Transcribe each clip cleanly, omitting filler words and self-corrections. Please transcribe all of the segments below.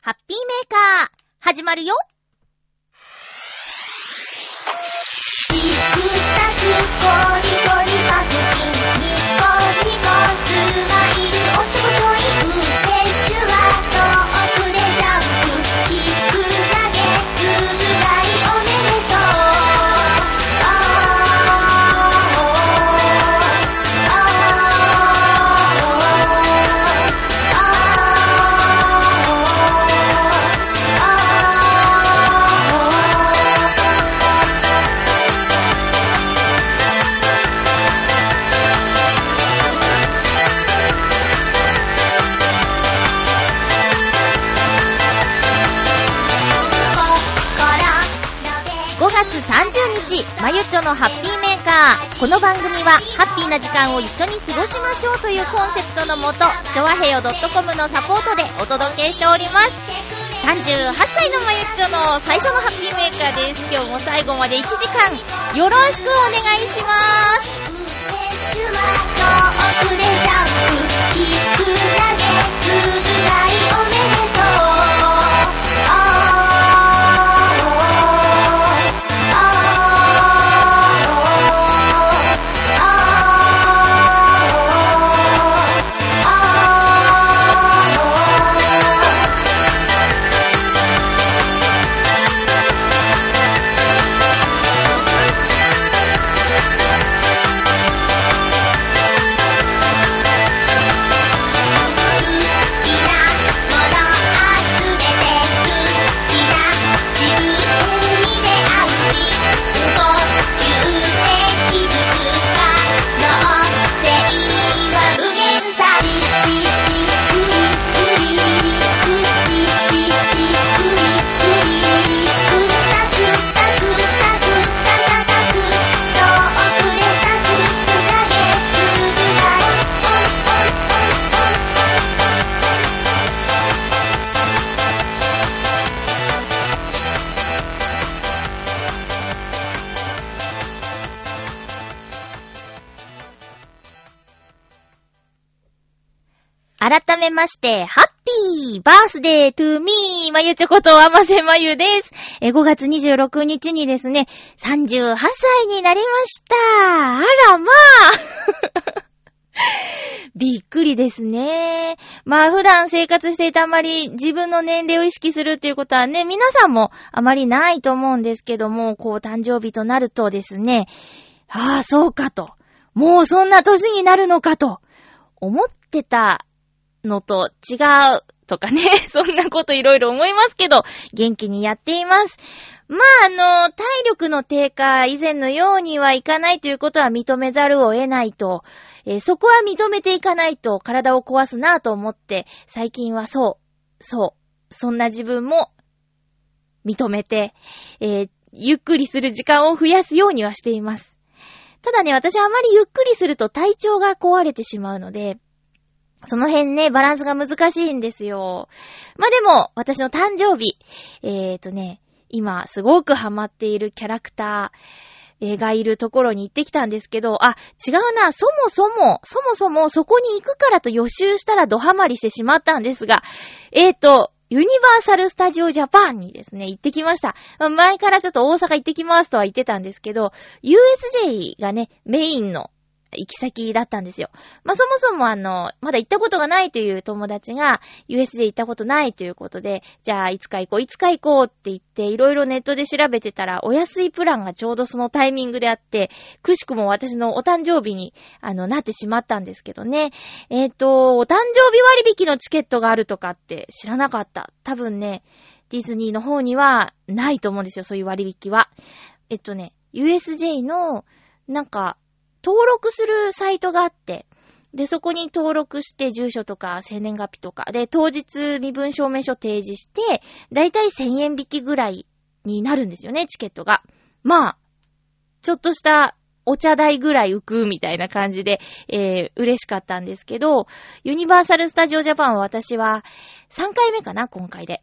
ハッピーメーカー始まるよ。チクタクコリコリパクチンニコニコスマイルおちょこちょい運転手は遠くでジャンプ引くだけずらいおめでとう。5月30日、まゆちょのハッピーメーカー。この番組はハッピーな時間を一緒に過ごしましょうというコンセプトのもと、ちょわへよ .com のサポートでお届けしております。38歳のまゆちょの最初のハッピーメーカーです。今日も最後まで1時間よろしくお願いします。改めまして、ハッピーバースデートゥーミーまゆちょことあませまゆです。5月26日にですね、38歳になりました。あらまあびっくりですね。まあ普段生活していてあまり自分の年齢を意識するっていうことはね、皆さんもあまりないと思うんですけども、こう誕生日となるとですね、ああそうかと、もうそんな年になるのかと思ってたのと違うとかね、そんなこといろいろ思いますけど、元気にやっています。まあ体力の低下以前のようにはいかないということは認めざるを得ないと、そこは認めていかないと体を壊すなと思って、最近はそんな自分も認めて、ゆっくりする時間を増やすようにはしています。ただね、私あまりゆっくりすると体調が壊れてしまうので、その辺ね、バランスが難しいんですよ。まあでも、私の誕生日、今すごくハマっているキャラクターがいるところに行ってきたんですけど、違うな、そもそもそこに行くからと予習したらドハマりしてしまったんですが、ユニバーサルスタジオジャパンにですね、行ってきました。前からちょっと大阪行ってきますとは言ってたんですけど、USJ がね、メインの行き先だったんですよ。まあ、そもそもまだ行ったことがないという友達が USJ 行ったことないということで、じゃあいつか行こうって言っていろいろネットで調べてたらお安いプランがちょうどそのタイミングであって、くしくも私のお誕生日になってしまったんですけどね。お誕生日割引のチケットがあるとかって知らなかった。多分ね、ディズニーの方にはないと思うんですよ、そういう割引は。USJ のなんか登録するサイトがあって、で、そこに登録して住所とか生年月日とかで当日身分証明書提示して、だいたい1000円引きぐらいになるんですよね、チケットが。まあ、ちょっとしたお茶代ぐらい浮くみたいな感じで、嬉しかったんですけど、ユニバーサルスタジオジャパンは私は3回目かな、今回で。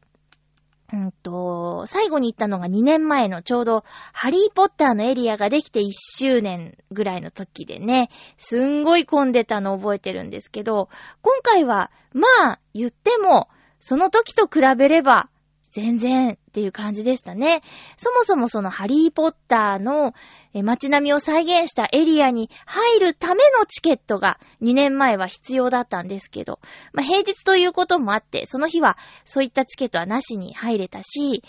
最後に行ったのが2年前のちょうどハリーポッターのエリアができて1周年ぐらいの時でね、すんごい混んでたの覚えてるんですけど、今回はまあ言ってもその時と比べれば、全然っていう感じでしたね。そもそもそのハリーポッターの街並みを再現したエリアに入るためのチケットが2年前は必要だったんですけど、平日ということもあって、その日はそういったチケットはなしに入れたし、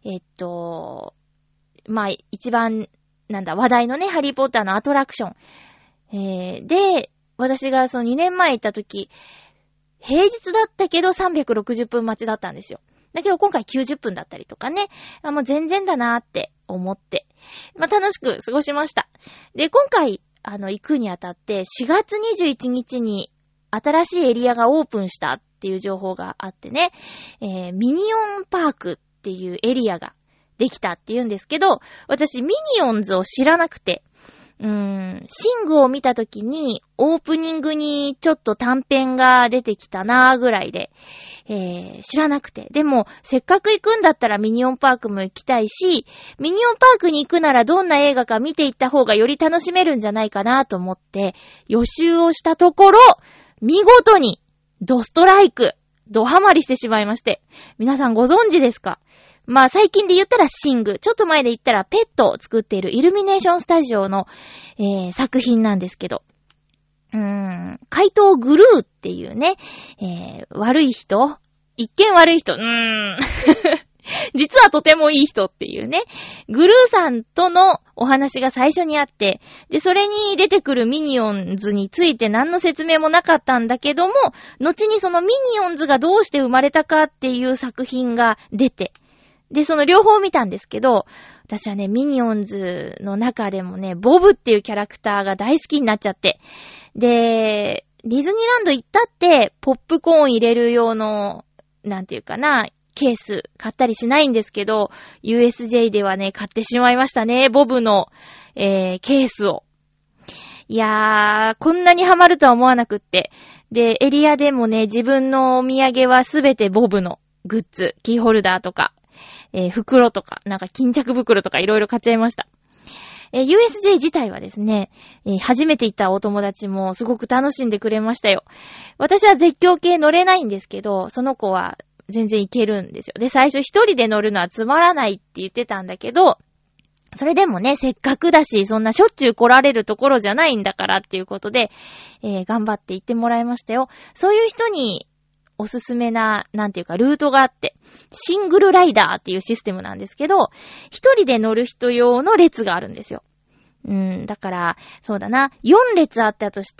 一番話題のね、ハリーポッターのアトラクション、で、私がその2年前行った時、平日だったけど360分待ちだったんですよ。だけど今回90分だったりとかね。もう全然だなーって思って。楽しく過ごしました。で、今回、行くにあたって4月21日に新しいエリアがオープンしたっていう情報があってね。ミニオンパークっていうエリアができたっていうんですけど、私ミニオンズを知らなくて、シングを見たときにオープニングにちょっと短編が出てきたなーぐらいで、知らなくて。でも、せっかく行くんだったらミニオンパークも行きたいし、ミニオンパークに行くならどんな映画か見ていった方がより楽しめるんじゃないかなと思って、予習をしたところ、見事にドストライク、ドハマりしてしまいまして。皆さんご存知ですか？最近で言ったらシング、ちょっと前で言ったらペットを作っているイルミネーションスタジオの、作品なんですけど、怪盗グルーっていうね、悪い人？一見悪い人、実はとてもいい人っていうね、グルーさんとのお話が最初にあって、で、それに出てくるミニオンズについて何の説明もなかったんだけども、後にそのミニオンズがどうして生まれたかっていう作品が出て、で、その両方見たんですけど、私はね、ミニオンズの中でもね、ボブっていうキャラクターが大好きになっちゃって。で、ディズニーランド行ったって、ポップコーン入れる用の、ケース買ったりしないんですけど、USJ ではね、買ってしまいましたね、ボブの、ケースを。いやー、こんなにハマるとは思わなくって。で、エリアでもね、自分のお土産はすべてボブのグッズ、キーホルダーとか、袋とか、巾着袋とかいろいろ買っちゃいました。USJ 自体はですね、初めて行ったお友達もすごく楽しんでくれましたよ。私は絶叫系乗れないんですけど、その子は全然行けるんですよ。で、最初一人で乗るのはつまらないって言ってたんだけど、それでもね、せっかくだし、そんなしょっちゅう来られるところじゃないんだからっていうことで、頑張って行ってもらいましたよ。そういう人に、おすすめな、ルートがあって、シングルライダーっていうシステムなんですけど、一人で乗る人用の列があるんですよ。だから、そうだな、4列あったとして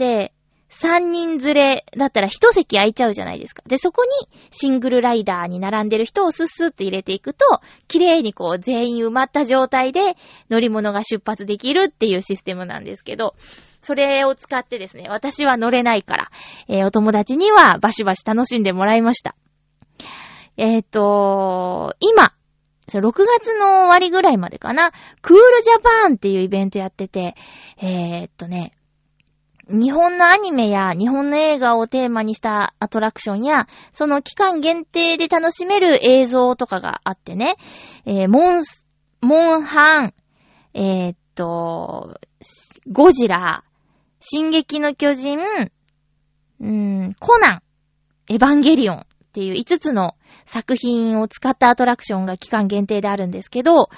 、3人連れだったら1席空いちゃうじゃないですか。で、そこにシングルライダーに並んでる人をスッスッって入れていくと、綺麗に全員埋まった状態で乗り物が出発できるっていうシステムなんですけど、それを使ってですね、私は乗れないから、お友達にはバシバシ楽しんでもらいました。今、6月の終わりぐらいまでかな、クールジャパンっていうイベントやってて、日本のアニメや日本の映画をテーマにしたアトラクションや、その期間限定で楽しめる映像とかがあってね、モンハン、ゴジラ、進撃の巨人、コナン、エヴァンゲリオンっていう5つの作品を使ったアトラクションが期間限定であるんですけど、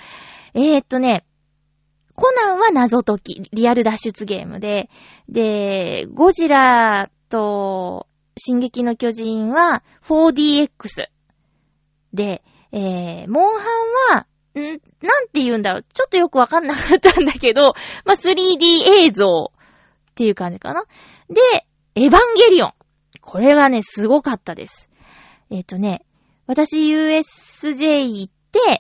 コナンは謎解き、リアル脱出ゲームで、ゴジラと進撃の巨人は 4DX で、モンハンは、なんて言うんだろう、ちょっとよくわかんなかったんだけど、3D 映像っていう感じかな。で、エヴァンゲリオン。これがね、すごかったです。私 USJ 行って、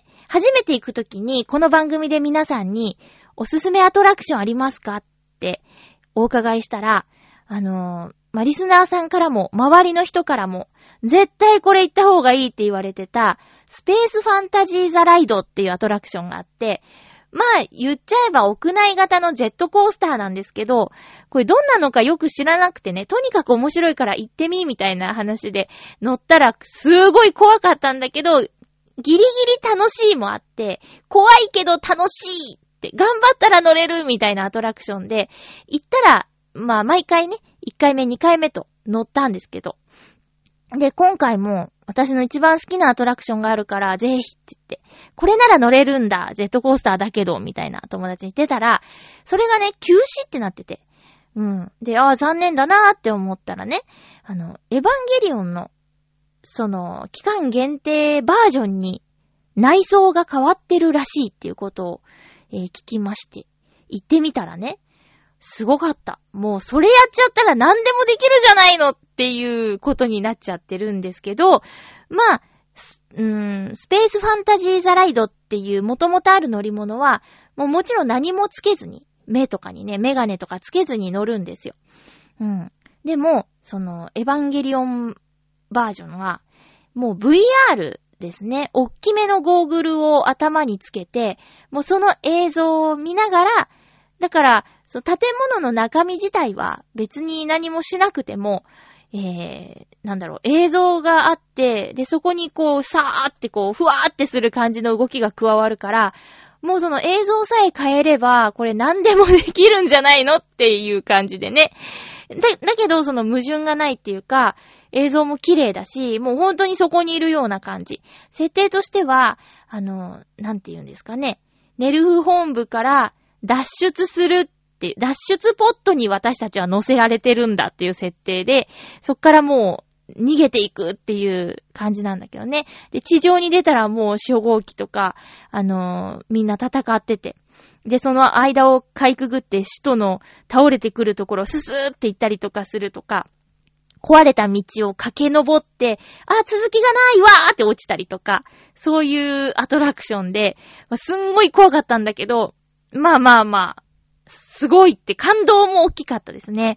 初めて行くときに、この番組で皆さんに、おすすめアトラクションありますかってお伺いしたら、リスナーさんからも、周りの人からも、絶対これ行った方がいいって言われてた、スペースファンタジーザライドっていうアトラクションがあって、言っちゃえば屋内型のジェットコースターなんですけど、これどんなのかよく知らなくてね、とにかく面白いから行ってみみたいな話で乗ったらすごい怖かったんだけど、ギリギリ楽しいもあって、怖いけど楽しいって頑張ったら乗れるみたいなアトラクションで、行ったら、毎回ね、1回目2回目と乗ったんですけど、で、今回も私の一番好きなアトラクションがあるから、ぜひって言って、これなら乗れるんだ、ジェットコースターだけど、みたいな友達に言ってたら、それがね、休止ってなってて。で、残念だなーって思ったらね、エヴァンゲリオンの、期間限定バージョンに内装が変わってるらしいっていうことを、聞きまして、行ってみたらね、すごかった。もうそれやっちゃったら何でもできるじゃないのっていうことになっちゃってるんですけど、まあ、スペースファンタジーザライドっていう元々ある乗り物は、もちろん何もつけずに、目とかにね、メガネとかつけずに乗るんですよ。でも、エヴァンゲリオンバージョンは、もう VR ですね。大きめのゴーグルを頭につけて、もうその映像を見ながら、だから、建物の中身自体は別に何もしなくても、映像があって、で、そこにこう、さーってこう、ふわーってする感じの動きが加わるから、もうその映像さえ変えれば、これ何でもできるんじゃないのっていう感じでね。だけど、その矛盾がないっていうか、映像も綺麗だし、もう本当にそこにいるような感じ。設定としては、なんて言うんですかね。ネルフ本部から脱出するっていう、脱出ポットに私たちは乗せられてるんだっていう設定で、そっからもう逃げていくっていう感じなんだけどね。で、地上に出たらもう初号機とか、みんな戦ってて。で、その間をかいくぐって首都の倒れてくるところをススーって行ったりとかするとか、壊れた道を駆け上って、続きがないわーって落ちたりとか、そういうアトラクションで、すんごい怖かったんだけど、まあ、すごいって感動も大きかったですね。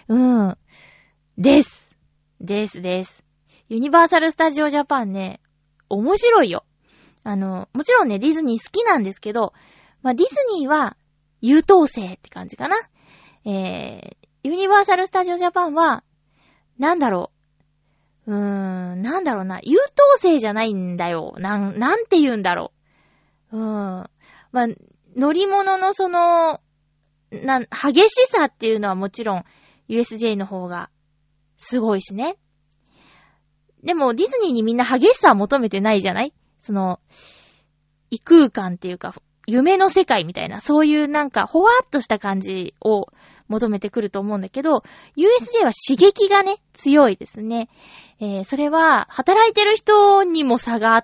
です。ユニバーサルスタジオジャパンね、面白いよ。もちろんね、ディズニー好きなんですけど、ディズニーは優等生って感じかな。ユニバーサルスタジオジャパンは、なんだろうな、優等生じゃないんだよ。なんて言うんだろう。乗り物の激しさっていうのはもちろん USJ の方がすごいしね。でもディズニーにみんな激しさは求めてないじゃない？異空間っていうか、夢の世界みたいな、そういうなんかほわっとした感じを求めてくると思うんだけど、USJ は刺激がね、強いですね。それは働いてる人にも差があって、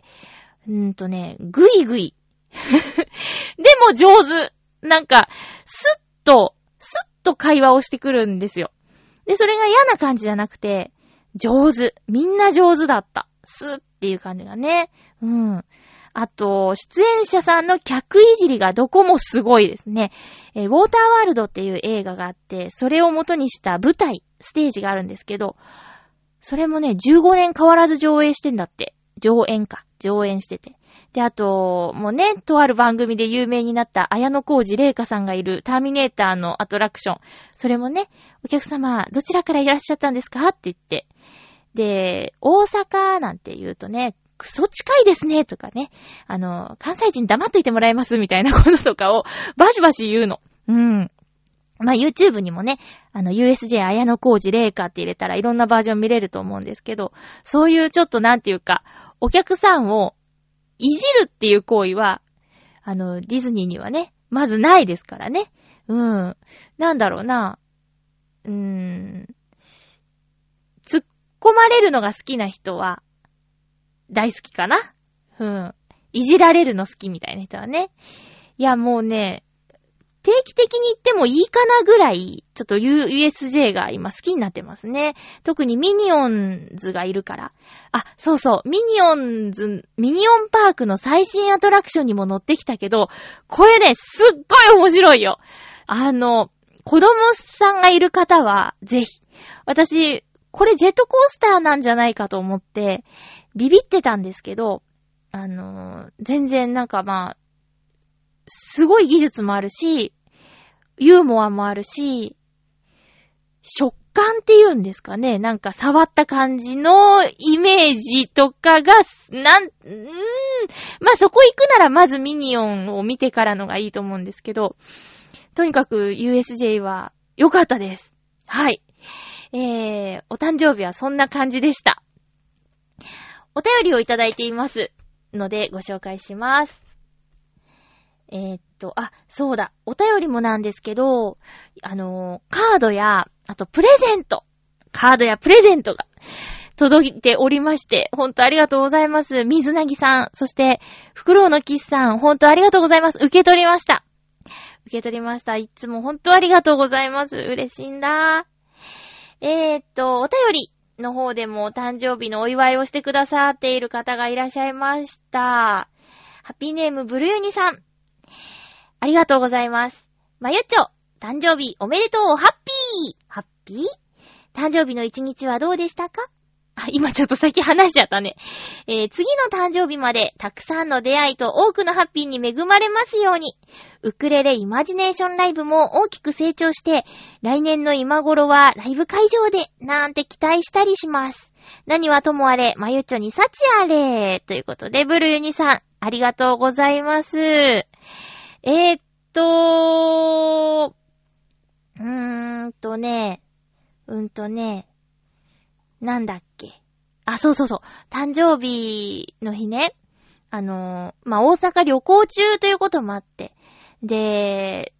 ぐいぐい。でも上手。なんか、スッと会話をしてくるんですよ。で、それが嫌な感じじゃなくて、上手。みんな上手だった。スッっていう感じがね。あと、出演者さんの客いじりがどこもすごいですね。ウォーターワールドっていう映画があって、それを元にした舞台、ステージがあるんですけど、それもね、15年変わらず上映してんだって。上演してて。で、あと、もうね、とある番組で有名になった綾小路麗華さんがいるターミネーターのアトラクション。それもね、お客様、どちらからいらっしゃったんですかって言って。で、大阪なんて言うとね、クソ近いですねとかね、関西人黙っといてもらえますみたいなこととかをバシバシ言うの。YouTube にもね、USJ 綾小路麗華って入れたらいろんなバージョン見れると思うんですけど、そういうちょっとなんていうか、お客さんをいじるっていう行為は、ディズニーにはね、まずないですからね。なんだろうな。突っ込まれるのが好きな人は、大好きかな？いじられるの好きみたいな人はね。いや、もうね、定期的に行ってもいいかなぐらい、ちょっと USJ が今好きになってますね。特にミニオンズがいるから。そうそう、ミニオンパークの最新アトラクションにも乗ってきたけど、これね、すっごい面白いよ。子供さんがいる方は、ぜひ。私、これジェットコースターなんじゃないかと思って、ビビってたんですけど、全然なんかすごい技術もあるし、ユーモアもあるし、食感っていうんですかね、なんか触った感じのイメージとかが、そこ行くならまずミニオンを見てからのがいいと思うんですけど、とにかく USJ は良かったです。はい。お誕生日はそんな感じでした。 お便りをいただいていますのでご紹介します。そうだ。お便りもなんですけど、カードや、あとプレゼント。カードやプレゼントが届いておりまして、本当ありがとうございます。水なぎさん、そして、フクロウのキスさん、本当ありがとうございます。受け取りました。いつも本当ありがとうございます。嬉しいんだ。お便りの方でも誕生日のお祝いをしてくださっている方がいらっしゃいました。ハッピーネームブルユニさん。ありがとうございます。まゆっちょ、誕生日おめでとう、ハッピー誕生日の一日はどうでしたか？今ちょっと先話しちゃったね。次の誕生日までたくさんの出会いと多くのハッピーに恵まれますように。ウクレレイマジネーションライブも大きく成長して、来年の今頃はライブ会場でなんて期待したりします。何はともあれ、まゆっちょに幸あれ。ということで、ブルユニさん、ありがとうございます。なんだっけ。そう。誕生日の日ね。大阪旅行中ということもあって。で、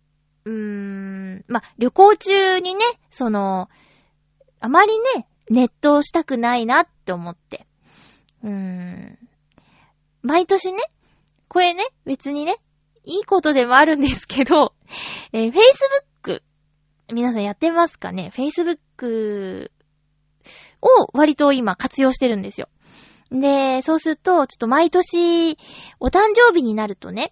旅行中にね、あまりね、ネットをしたくないなって思って。毎年ね、これね、別にね、いいことでもあるんですけど、Facebook、皆さんやってますかね？ Facebook を割と今活用してるんですよ。で、そうすると、ちょっと毎年、お誕生日になるとね、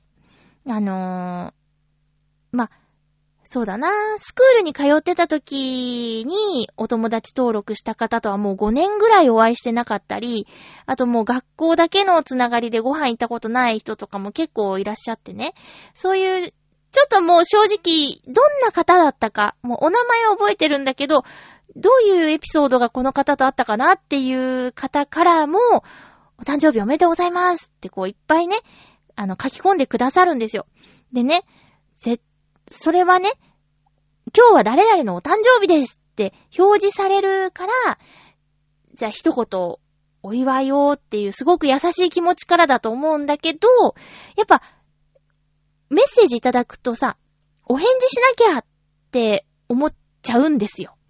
そうだな、スクールに通ってた時にお友達登録した方とはもう5年ぐらいお会いしてなかったり、あともう学校だけのつながりでご飯行ったことない人とかも結構いらっしゃってね、そういう、ちょっともう正直、どんな方だったか、もうお名前は覚えてるんだけど、どういうエピソードがこの方とあったかなっていう方からも、お誕生日おめでとうございますってこういっぱいね、書き込んでくださるんですよ。でね、それはね、今日は誰々のお誕生日ですって表示されるから、じゃあ一言お祝いをっていうすごく優しい気持ちからだと思うんだけど、やっぱメッセージいただくとさ、お返事しなきゃって思っちゃうんですよ。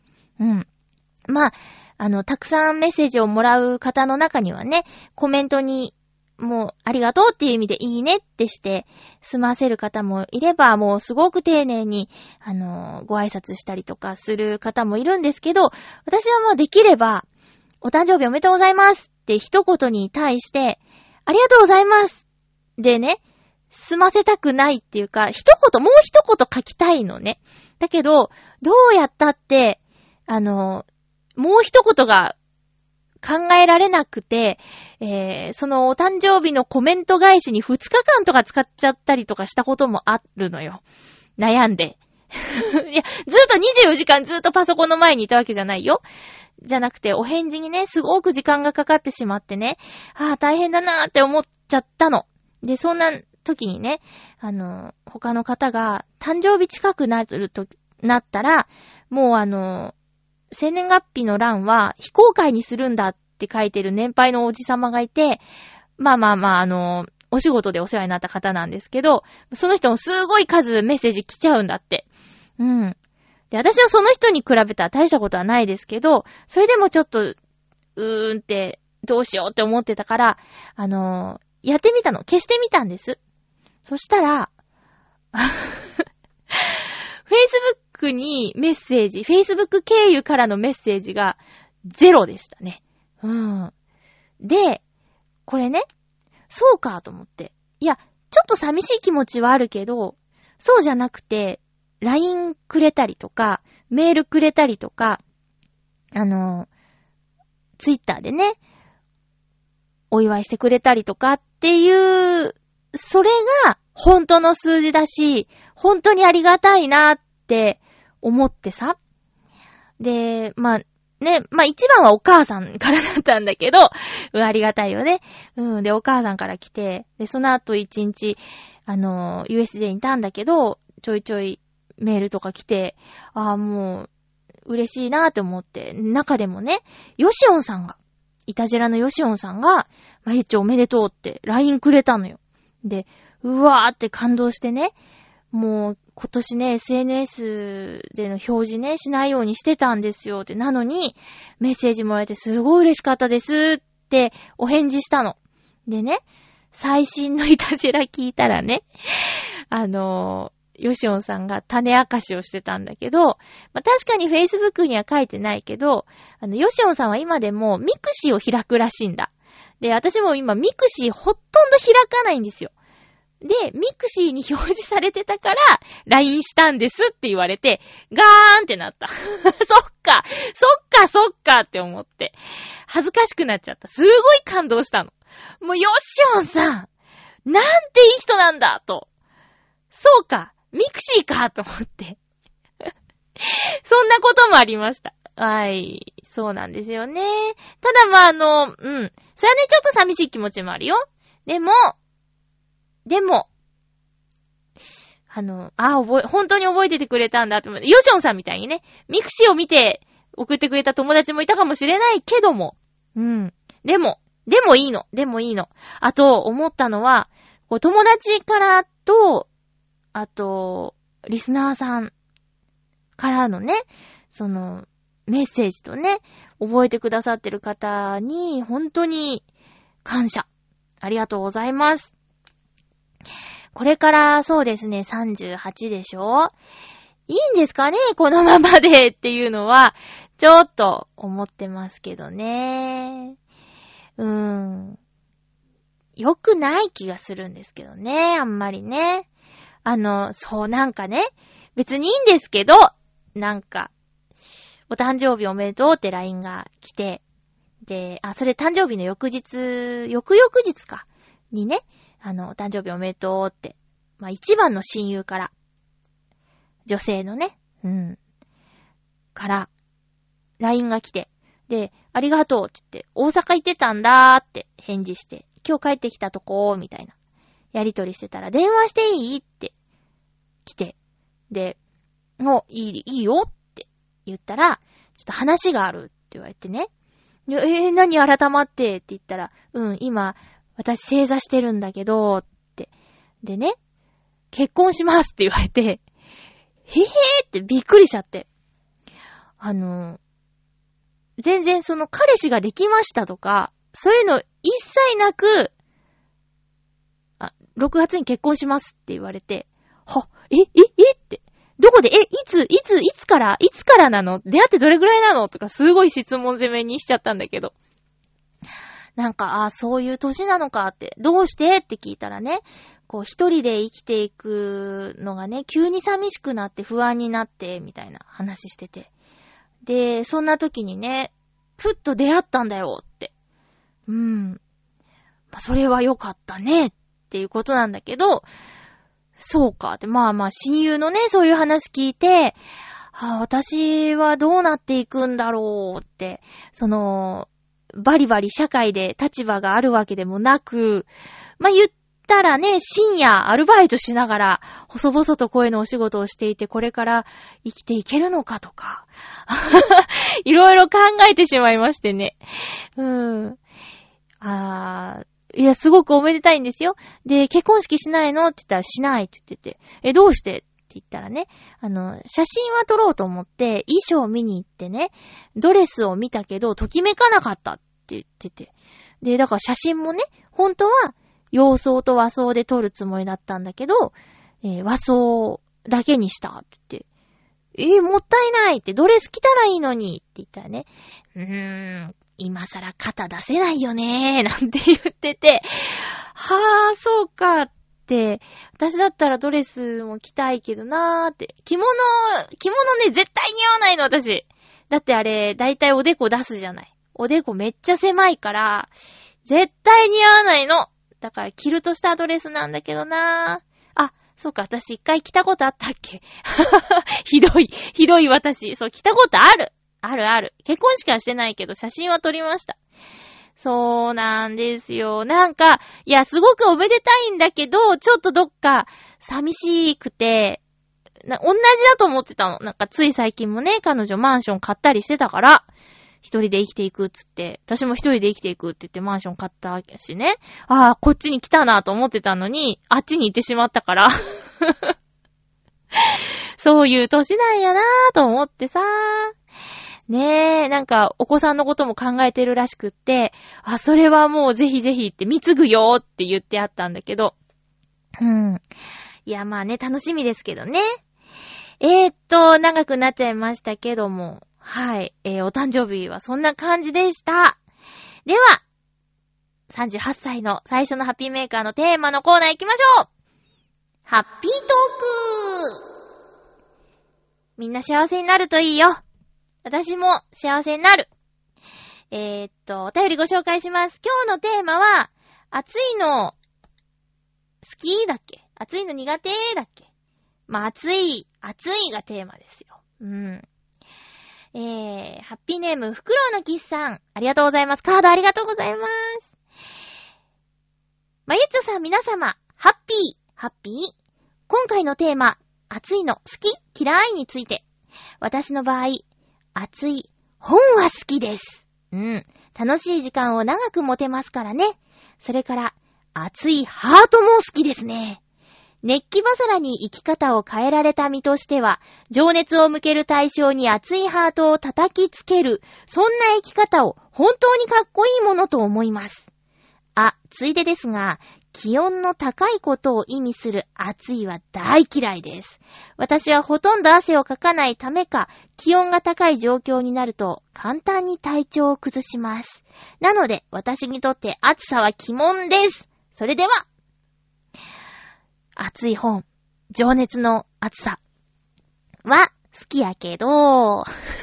たくさんメッセージをもらう方の中にはね、コメントにもうありがとうっていう意味でいいねってして済ませる方もいれば、もうすごく丁寧にご挨拶したりとかする方もいるんですけど、私はもうできればお誕生日おめでとうございますって一言に対してありがとうございますでね、済ませたくないっていうか、もう一言書きたいのね。だけどどうやったってもう一言が考えられなくて、そのお誕生日のコメント返しに2日間とか使っちゃったりとかしたこともあるのよ。悩んで。いや、ずっと24時間ずっとパソコンの前にいたわけじゃないよ。じゃなくて、お返事にね、すごく時間がかかってしまってね、大変だなーって思っちゃったの。で、そんな時にね、他の方が誕生日近くなったら、もう生年月日の欄は非公開にするんだって書いてる年配のおじさまがいて、お仕事でお世話になった方なんですけど、その人もすごい数メッセージ来ちゃうんだって。で、私はその人に比べたら大したことはないですけど、それでもちょっと、ってどうしようって思ってたから、やってみたの。消してみたんです。そしたら、Facebook にメッセージ、Facebook 経由からのメッセージが0でしたね。で、これね、そうかと思って。いや、ちょっと寂しい気持ちはあるけど、そうじゃなくて、LINE くれたりとか、メールくれたりとか、Twitter でね、お祝いしてくれたりとかっていう、それが本当の数字だし、本当にありがたいなって思ってさ。で、一番はお母さんからだったんだけど、ありがたいよね。で、お母さんから来て、で、その後1日、USJ にいたんだけど、ちょいちょいメールとか来て、もう、嬉しいなって思って、中でもね、ヨシオンさんが、 イタジェラのヨシオンさんが、まゆっちおめでとうって LINE くれたのよ。で、うわーって感動してね、もう今年ね、SNS での表示ね、しないようにしてたんですよって。なのに、メッセージもらえてすごい嬉しかったですってお返事したの。でね、最新のイタジェラ聞いたらね、ヨシオンさんが種明かしをしてたんだけど、まあ、確かに Facebook には書いてないけど、ヨシオンさんは今でもミクシーを開くらしいんだ。で、私も今ミクシーほとんど開かないんですよ。で、ミクシーに表示されてたから、LINE したんですって言われて、ガーンってなった。そっかって思って。恥ずかしくなっちゃった。すごい感動したの。もうヨシオンさん、なんていい人なんだと。そうか。ミクシーかと思って。そんなこともありました。はい。そうなんですよね。ただまあそれはね、ちょっと寂しい気持ちもあるよ。でも、本当に覚えててくれたんだって思って、ヨシオンさんみたいにね、ミクシーを見て送ってくれた友達もいたかもしれないけども、でもいいの。あと、思ったのは、友達からと、あと、リスナーさんからのね、メッセージとね、覚えてくださってる方に、本当に感謝。ありがとうございます。これからそうですね、38でしょ？いいんですかね？このままでっていうのは、ちょっと思ってますけどね。良くない気がするんですけどね、あんまりね。なんかね、別にいいんですけど、なんか、お誕生日おめでとうって LINE が来て、で、それ誕生日の翌々日か、にね、お誕生日おめでとうって、まあ一番の親友から、女性のね、から、LINE が来て、で、ありがとうって言って、大阪行ってたんだーって返事して、今日帰ってきたとこみたいな、やりとりしてたら、電話していいって来て、で、いいよって言ったら、ちょっと話があるって言われてね、何改まってって言ったら、今、私正座してるんだけど、って。でね、結婚しますって言われて、へーってびっくりしちゃって。全然彼氏ができましたとか、そういうの一切なく、6月に結婚しますって言われて、って。どこで、いつからなの？出会ってどれぐらいなの？とかすごい質問攻めにしちゃったんだけど。なんか、そういう年なのかって、どうしてって聞いたらね、一人で生きていくのがね、急に寂しくなって不安になって、みたいな話してて。で、そんな時にね、ふっと出会ったんだよって。それは良かったねっていうことなんだけど、そうかって、まあ親友のね、そういう話聞いて、私はどうなっていくんだろうって、バリバリ社会で立場があるわけでもなく、言ったらね、深夜アルバイトしながら、細々と声のお仕事をしていて、これから生きていけるのかとか、いろいろ考えてしまいましてね。いや、すごくおめでたいんですよ。で、結婚式しないのって言ったらしないって言ってて、どうしてって言ったらね、写真は撮ろうと思って衣装を見に行ってね、ドレスを見たけど、ときめかなかったって言ってて。で、だから写真もね、本当は洋装と和装で撮るつもりだったんだけど、和装だけにしたって言って、もったいないって、ドレス着たらいいのにって言ったらね、今更肩出せないよねーなんて言ってて、そうかって、私だったらドレスも着たいけどなーって、着物ね、絶対似合わないの私。だってあれ、だいたいおでこ出すじゃない。おでこめっちゃ狭いから、絶対似合わないの。だから着るとしたドレスなんだけどなー。そうか、私一回着たことあったっけひどい私。そう、着たことある。結婚式はしてないけど、写真は撮りました。そうなんですよ。なんか、いや、すごくおめでたいんだけど、ちょっとどっか寂しくて、同じだと思ってたの。なんかつい最近もね、彼女マンション買ったりしてたから、 一人で生きていくっつって、私も一人で生きていくって言ってマンション買ったしね。ああ、こっちに来たなと思ってたのに、あっちに行ってしまったから。そういう年なんやなーと思ってさ。ねえ、なんかお子さんのことも考えてるらしくって、あ、それはもうぜひぜひって貢ぐよって言ってあったんだけど。いや、まあね、楽しみですけどね。長くなっちゃいましたけども。はい。お誕生日はそんな感じでした。では、38歳の最初のハッピーメーカーのテーマのコーナー行きましょう。ハッピートーク。みんな幸せになるといいよ。私も幸せになる。お便りご紹介します。今日のテーマは、暑いの好きだっけ？暑いの苦手だっけ？まあ、暑いがテーマですよ。ハッピーネーム、フクロウのキスさん。ありがとうございます。カードありがとうございます。まゆっちょさん、皆様、ハッピー。今回のテーマ、暑いの好き嫌いについて。私の場合、暑い本は好きです。楽しい時間を長く持てますからね。それから、暑いハートも好きですね。熱気バサラに生き方を変えられた身としては、情熱を向ける対象に熱いハートを叩きつける、そんな生き方を本当にかっこいいものと思います。ついでですが、気温の高いことを意味する暑いは大嫌いです。私はほとんど汗をかかないためか、気温が高い状況になると簡単に体調を崩します。なので、私にとって暑さは鬼門です。それでは、暑い本、情熱の暑さは好きやけど、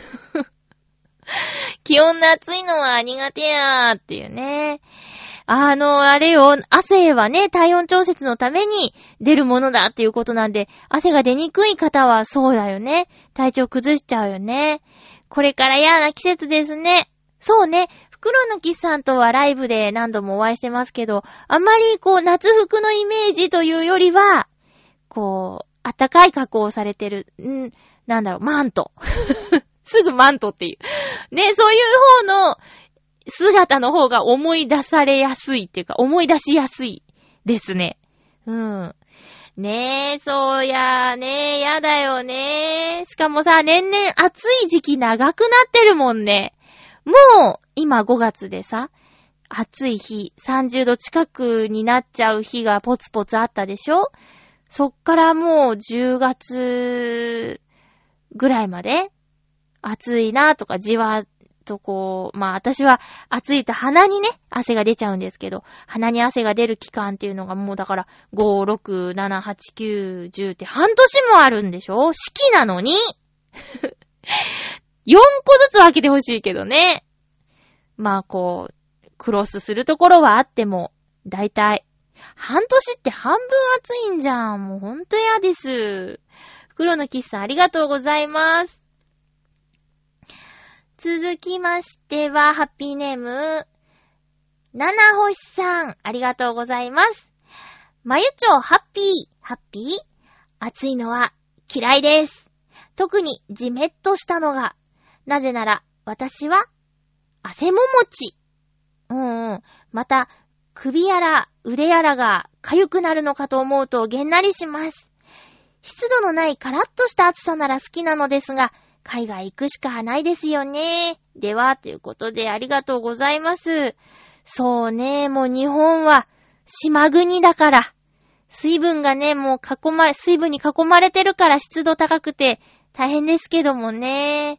気温の暑いのは苦手やーっていうね。あれよ、汗はね、体温調節のために出るものだっていうことなんで、汗が出にくい方はそうだよね。体調崩しちゃうよね。これから嫌な季節ですね。そうね。フクロウのキスさんとはライブで何度もお会いしてますけど、あんまり夏服のイメージというよりは、暖かい加工をされてる、マント。すぐマントっていう。ね、そういう方の姿の方が思い出されやすいっていうか、思い出しやすいですね。ねえ、そうやね、やだよね。しかもさ、年々暑い時期長くなってるもんね。もう、今5月でさ、暑い日、30度近くになっちゃう日がポツポツあったでしょ？そっからもう10月ぐらいまで暑いなとかじわっと私は暑いと鼻にね、汗が出ちゃうんですけど、鼻に汗が出る期間っていうのがもうだから5、6、7、8、9、10って半年もあるんでしょ？四季なのに4個ずつ分けてほしいけどね。クロスするところはあっても、だいたい半年って半分暑いんじゃん。もうほんと嫌です。黒のキスさんありがとうございます。続きましては、ハッピーネーム、七星さん、ありがとうございます。まゆちょ、ハッピー暑いのは嫌いです。特にジメッとしたのが、なぜなら私は汗ももち。また、首やら腕やらが痒くなるのかと思うとげんなりします。湿度のないカラッとした暑さなら好きなのですが、海外行くしかないですよね。では、ということでありがとうございます。そうね、もう日本は島国だから、水分がね、もう水分に囲まれてるから湿度高くて大変ですけどもね。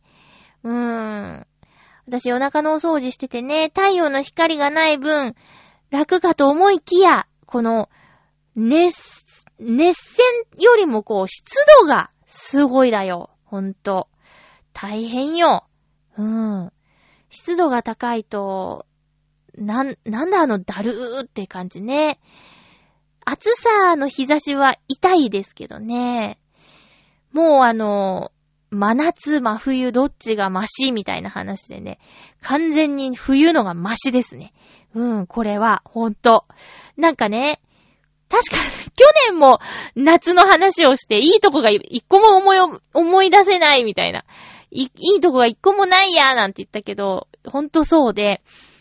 私お腹のお掃除しててね、太陽の光がない分、楽かと思いきや、この熱線よりも湿度がすごいだよ。ほんと。大変よ。湿度が高いと、なんだだるーって感じね。暑さの日差しは痛いですけどね。もう真夏、真冬どっちがマシみたいな話でね。完全に冬のがマシですね。これは、ほんと。なんかね、確か、去年も夏の話をして、いいとこが一個も思い出せないみたいな。 いいとこが一個もないやなんて言ったけど、ほんとそうで、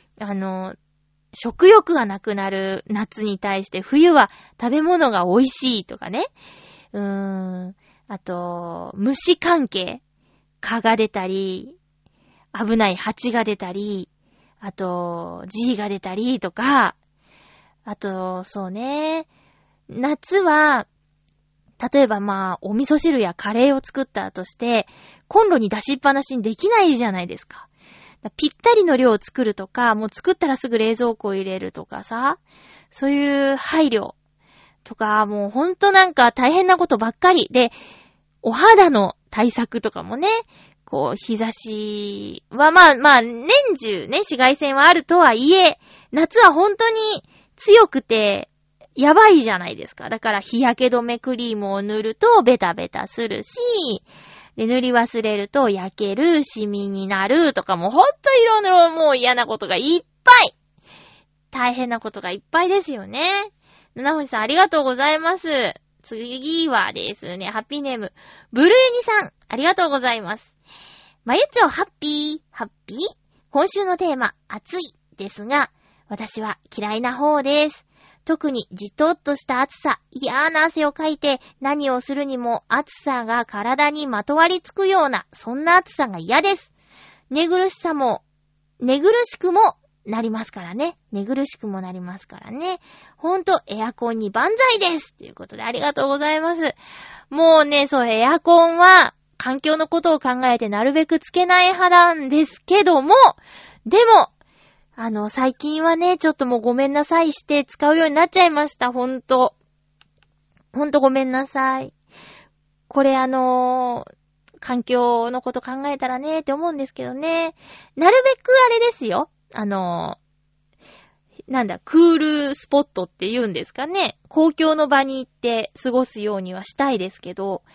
食欲がなくなる夏に対して冬は食べ物が美味しいとかね。あと、虫関係。蚊が出たり、危ない蜂が出たり、あと、G が出たりとか、あと、そうね。夏は、例えばお味噌汁やカレーを作ったとして、コンロに出しっぱなしにできないじゃないですか。ぴったりの量を作るとか、もう作ったらすぐ冷蔵庫を入れるとかさ、そういう配慮とか、もうほんとなんか大変なことばっかりで、お肌の対策とかもね、日差しは年中ね、紫外線はあるとはいえ、夏は本当に強くて、やばいじゃないですか。だから日焼け止めクリームを塗るとベタベタするし、で、塗り忘れると焼ける、シミになるとかもほんといろいろもう嫌なことがいっぱい。大変なことがいっぱいですよね。七星さんありがとうございます。次はですね、ハッピーネーム、ブルーニさん、ありがとうございます。まゆちょハッピー。今週のテーマ、暑いですが、私は嫌いな方です。特にじとっとした暑さ、嫌な汗をかいて何をするにも暑さが体にまとわりつくような、そんな暑さが嫌です。寝苦しくもなりますからね。ほんとエアコンに万歳です。ということでありがとうございます。もうね、そう、エアコンは環境のことを考えてなるべくつけない派なんですけども、でも、最近はね、ちょっともうごめんなさいして使うようになっちゃいました。ほんとごめんなさい。これ環境のこと考えたらねって思うんですけどね。なるべくあれですよ。クールスポットって言うんですかね。公共の場に行って過ごすようにはしたいですけど、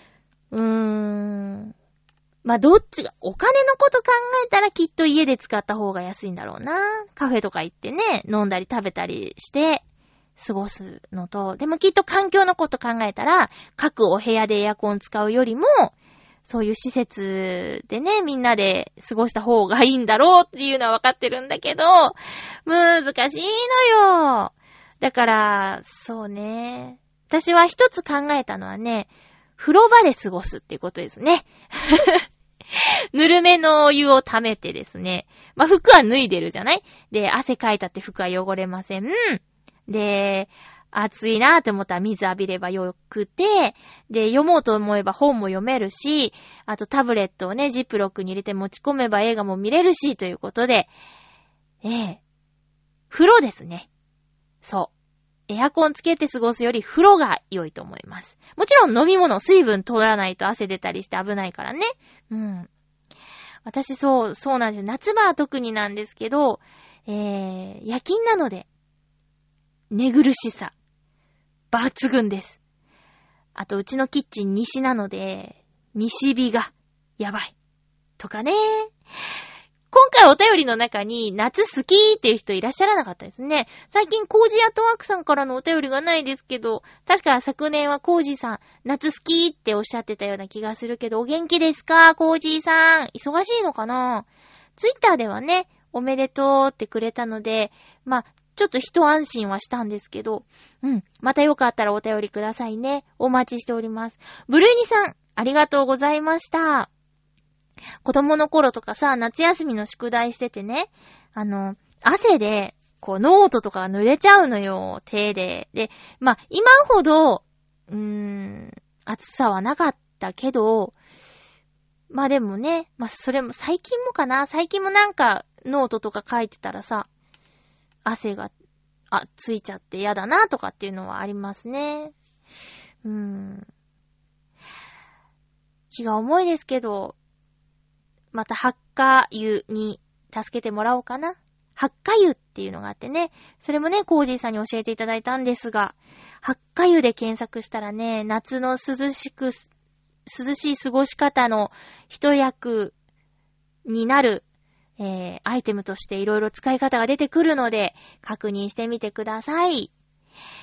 どっちが、お金のこと考えたらきっと家で使った方が安いんだろうな。カフェとか行ってね、飲んだり食べたりして過ごすのと、でもきっと環境のこと考えたら、各お部屋でエアコン使うよりも、そういう施設でね、みんなで過ごした方がいいんだろうっていうのはわかってるんだけど、難しいのよ。だから、そうね。私は一つ考えたのはね、風呂場で過ごすっていうことですね。ぬるめのお湯を溜めてですね。服は脱いでるじゃない？で、汗かいたって服は汚れません。で、暑いなーって思ったら水浴びればよくて、で、読もうと思えば本も読めるし、あとタブレットをね、ジップロックに入れて持ち込めば映画も見れるし、ということで、風呂ですね。そう。エアコンつけて過ごすより風呂が良いと思います。もちろん飲み物、水分取らないと汗出たりして危ないからね。私そうなんですよ。夏場は特になんですけど、夜勤なので、寝苦しさ、抜群です。あと、うちのキッチン西なので、西日がやばい。とかね。今回お便りの中に夏好きっていう人いらっしゃらなかったですね。最近コージーアットワークさんからのお便りがないですけど、確か昨年はコージーさん夏好きっておっしゃってたような気がするけど、お元気ですかコージーさん。忙しいのかな？ツイッターではね、おめでとうってくれたので、ちょっと一安心はしたんですけど、またよかったらお便りくださいね。お待ちしております。ブルーニさん、ありがとうございました。子供の頃とかさ、夏休みの宿題しててね、汗で、ノートとか濡れちゃうのよ、手で。で、今ほど、暑さはなかったけど、でもね、それも最近もかな、最近もなんか、ノートとか書いてたらさ、汗が、ついちゃって嫌だなとかっていうのはありますね。気が重いですけど、またハッカ湯に助けてもらおうかな。ハッカ湯っていうのがあってね、それもね、コージーさんに教えていただいたんですが、ハッカ湯で検索したらね、夏の涼しい過ごし方の一役になる、アイテムとしていろいろ使い方が出てくるので、確認してみてください。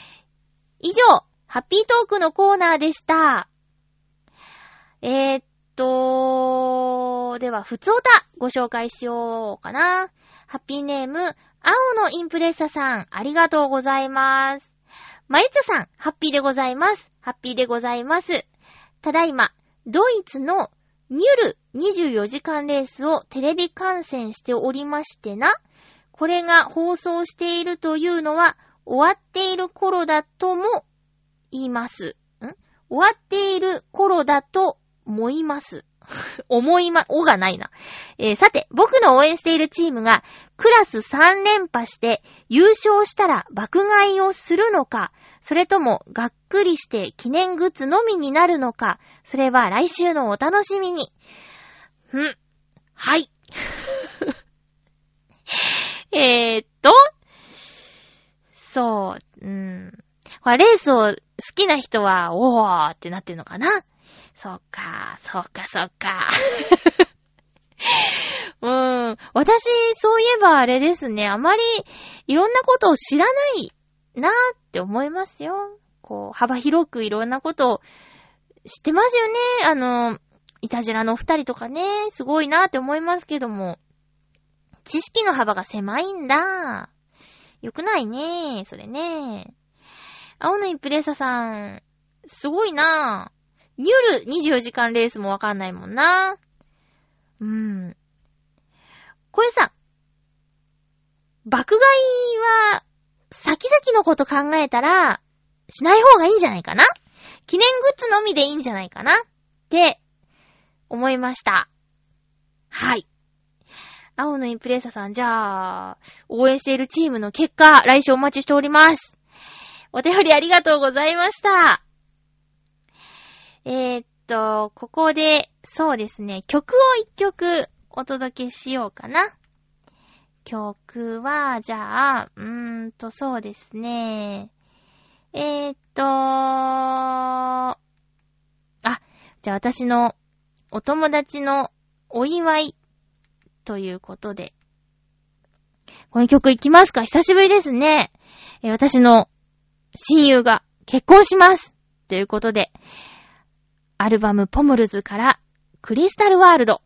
以上、ハッピートークのコーナーでした。 では、ふつおたご紹介しようかな。ハッピーネーム、青のインプレッサさん、ありがとうございます。まゆちょさん、ハッピーでございます。ハッピーでございます。ただいま、ドイツのニュル24時間レースをテレビ観戦しておりましてな。これが放送しているというのは、終わっている頃だとも言います。終わっている頃だと思います。おがないな。さて、僕の応援しているチームがクラス3連覇して優勝したら爆買いをするのか、それともがっくりして記念グッズのみになるのか、それは来週のお楽しみに。はい。そう、レースを好きな人は、おーってなってるのかな。そうか。私、そういえばあれですね、あまりいろんなことを知らないなーって思いますよ。こう、幅広くいろんなことを知ってますよね。いたじらのお二人とかね、すごいなーって思いますけども、知識の幅が狭いんだ。よくないね、それね。青のインプレッサさん、すごいな。ニュル24時間レースもわかんないもんな。これさ、爆買いは、先々のこと考えたら、しない方がいいんじゃないかな？記念グッズのみでいいんじゃないかなって、思いました。はい。青のインプレッサさん、じゃあ、応援しているチームの結果、来週お待ちしております。お手振りありがとうございました。ここで、そうですね、曲を一曲お届けしようかな。曲は、じゃあ、そうですね。じゃあ私のお友達のお祝いということで。この曲いきますか？久しぶりですね。私の親友が結婚します。ということで、アルバムポムルズからクリスタルワールド。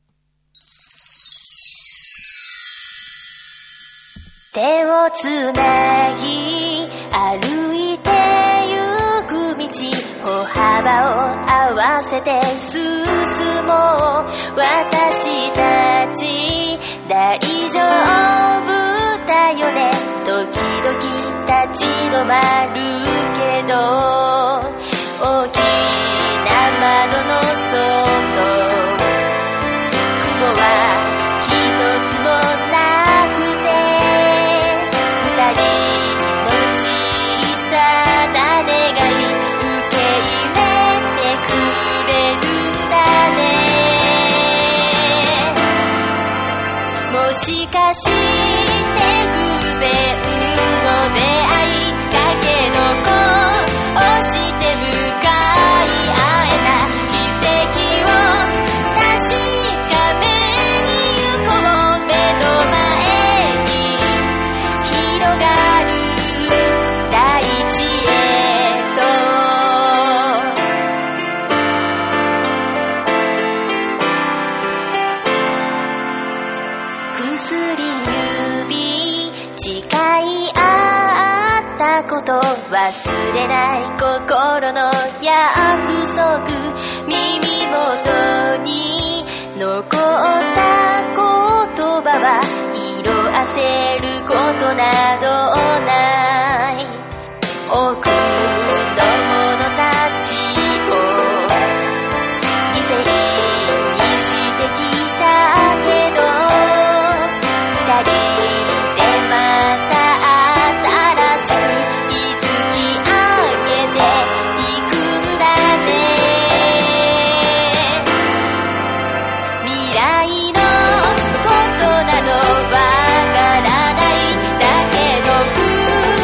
手をつなぎ歩いてゆく道、歩幅を合わせて進もう。私たち大丈夫だよね。時々立ち止まるけど、大きな窓の外、雲は一つもなくて、二人の小さな願い受け入れてくれるんだね。もしかして偶然の出会いだけの子をして向かい合えた奇跡を確かめに行こう。目の前に広がる大地へと。薬指誓い合ったこと忘れない心の約束。耳元に残った言葉は色あせることなどない。多くの者たちを犠牲にしてきたけど、二人でまた新しく築き上げていくんだね。未来のことなどわからないだけど、空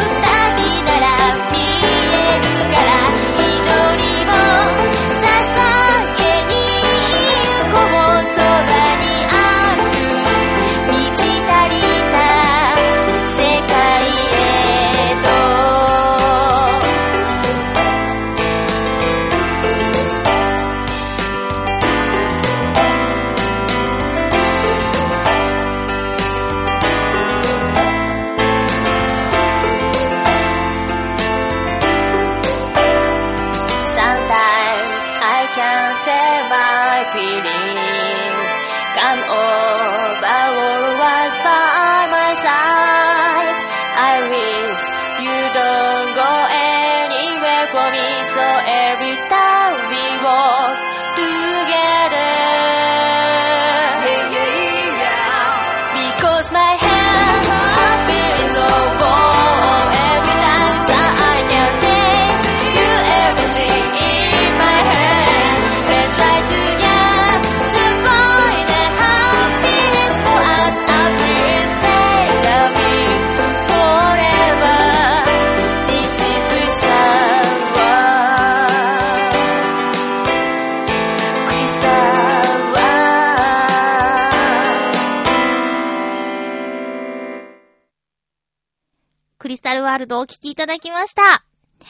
You don't go anywhere from me, so every time we walk together, because my heart feels so warm every time that I can taste you, everything in my hand. Let's try to find a happiness for us. I will say love you forever. This is Crystal World. Crystal World。 クリスタルワールドをお聴きいただきました。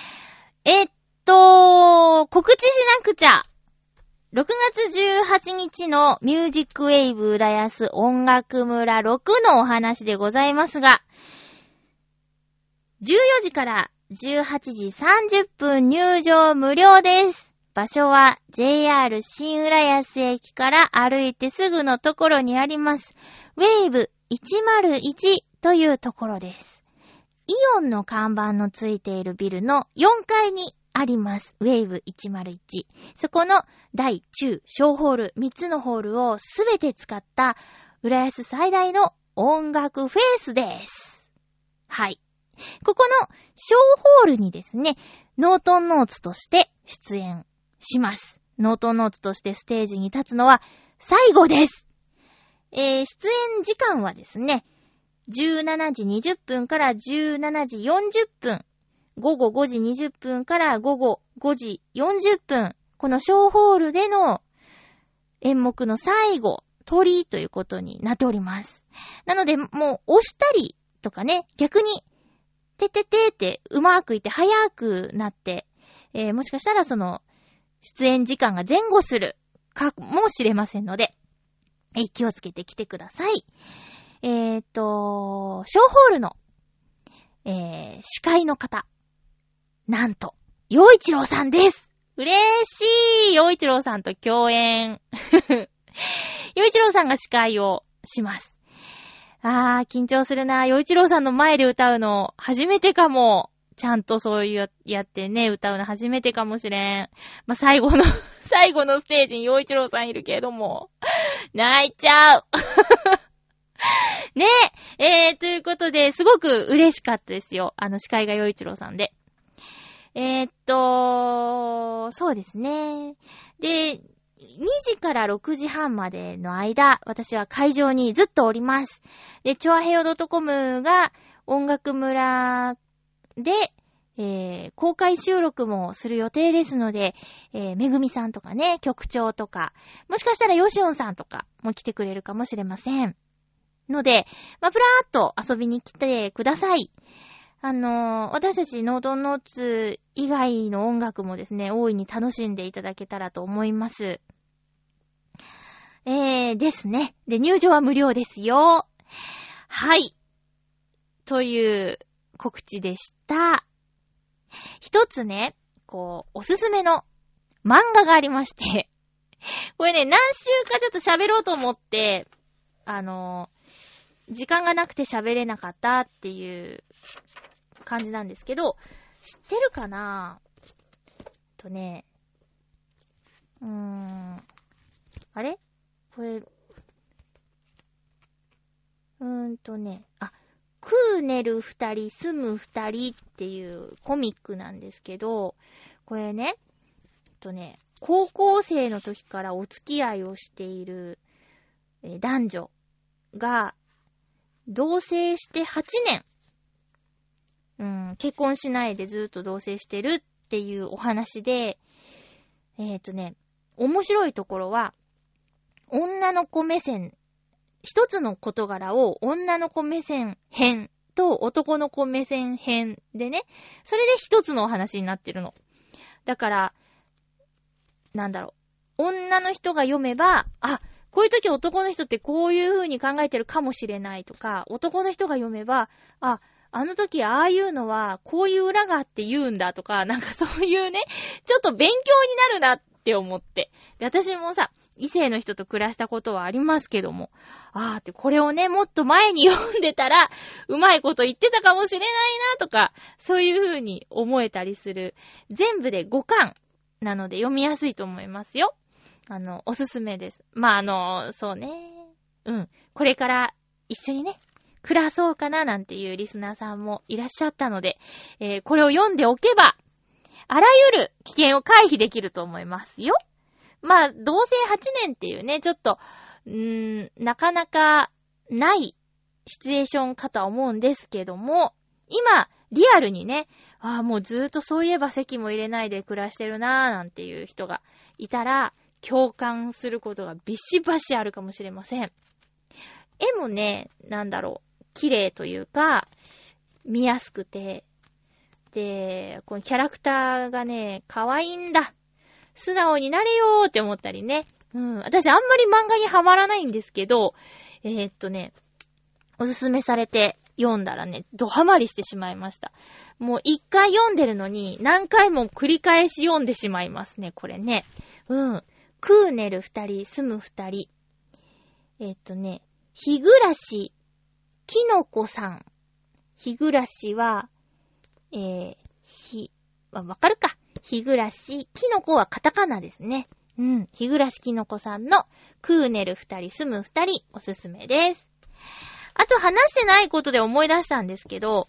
告知しなくちゃ。6月18日のミュージックウェイブ浦安音楽村6のお話でございますが、14時から18時30分入場無料です。場所は JR 新浦安駅から歩いてすぐのところにあります。ウェイブ101というところです。イオンの看板のついているビルの4階にあります。ウェイブ101。そこの大中小ホール3つのホールをすべて使った浦安最大の音楽フェスです。はい。ここの小ホールにですね、ノートンノーツとして出演します。ノートンノーツとしてステージに立つのは最後です。出演時間はですね、17時20分から17時40分。午後5時20分から午後5時40分。この小ホールでの演目の最後、鳥ということになっております。なので、もう押したりとかね、逆に、てててってうまくいって早くなって、もしかしたらその、出演時間が前後するかもしれませんので、気をつけてきてください。小ホールの、司会の方。なんと、陽一郎さんです。嬉しい。陽一郎さんと共演。陽一郎さんが司会をします。緊張するな。陽一郎さんの前で歌うの初めてかも。ちゃんとそういうやってね、歌うの初めてかもしれん。まあ、最後のステージに陽一郎さんいるけれども、泣いちゃう。ねえ、ということで、すごく嬉しかったですよ。司会が陽一郎さんで。そうですね。で、2時から6時半までの間、私は会場にずっとおります。で、チョアヘヨ .com が音楽村で、公開収録もする予定ですので、めぐみさんとかね、局長とか、もしかしたらヨシオンさんとかも来てくれるかもしれません。ので、プラーっと遊びに来てください。私たちノートンノーツ以外の音楽もですね、大いに楽しんでいただけたらと思います。ですね。で、入場は無料ですよ。はい。という告知でした。一つね、おすすめの漫画がありまして、これね、何週かちょっと喋ろうと思って、時間がなくて喋れなかったっていう感じなんですけど、知ってるかな？あれ？これ、クーネル二人、住む二人っていうコミックなんですけど、これね、高校生の時からお付き合いをしている、男女が同棲して8年、結婚しないでずっと同棲してるっていうお話で、面白いところは、女の子目線、一つの事柄を女の子目線編と男の子目線編でね、それで一つのお話になってるの。だから、女の人が読めば、こういう時男の人ってこういう風に考えてるかもしれないとか、男の人が読めば、あの時ああいうのはこういう裏があって言うんだとか、そういうね、ちょっと勉強になるなって思って。で、私もさ、 異性の人と暮らしたことはありますけども、これをね、もっと前に読んでたら、うまいこと言ってたかもしれないなとか、そういう風に思えたりする。全部で5巻なので読みやすいと思いますよ。おすすめです。そうね。これから一緒にね、暮らそうかななんていうリスナーさんもいらっしゃったので、これを読んでおけば、あらゆる危険を回避できると思いますよ。同棲8年っていうね、ちょっと、なかなかないシチュエーションかとは思うんですけども、今、リアルにね、もうずーっとそういえば籍も入れないで暮らしてるなーなんていう人がいたら、共感することがビシバシあるかもしれません。絵もね、綺麗というか、見やすくて、で、このキャラクターがね、可愛いんだ。素直になれよーって思ったりね。私あんまり漫画にハマらないんですけど、おすすめされて読んだらね、ドハマりしてしまいました。もう一回読んでるのに何回も繰り返し読んでしまいますね、これね。クーネル2人、住む2人。日暮きのこさん。日暮は、わかるか。日暮きのこはカタカナですね。日暮きのこさんのクーネル2人、住む2人、おすすめです。あと話してないことで思い出したんですけど、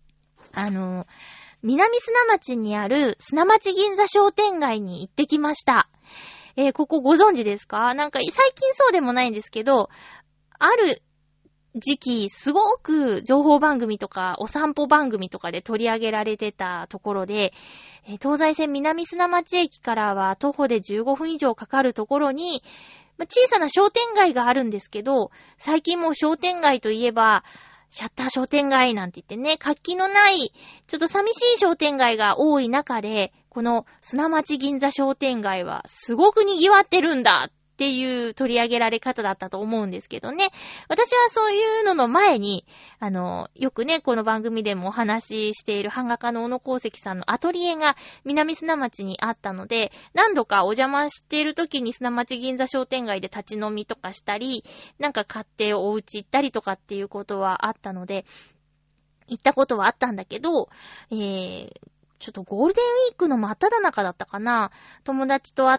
南砂町にある砂町銀座商店街に行ってきました。ここご存知ですか？最近そうでもないんですけど、ある時期すごく情報番組とかお散歩番組とかで取り上げられてたところで、東西線南砂町駅からは徒歩で15分以上かかるところに、小さな商店街があるんですけど、最近もう商店街といえばシャッター商店街なんて言ってね、活気のないちょっと寂しい商店街が多い中で、この砂町銀座商店街はすごく賑わってるんだっていう取り上げられ方だったと思うんですけどね。私はそういうのの前に、よくね、この番組でもお話ししている版画家の小野功石さんのアトリエが南砂町にあったので、何度かお邪魔している時に砂町銀座商店街で立ち飲みとかしたり、買ってお家行ったりとかっていうことはあったので、行ったことはあったんだけど、ちょっとゴールデンウィークの真っ只中だったかな。友達と会って、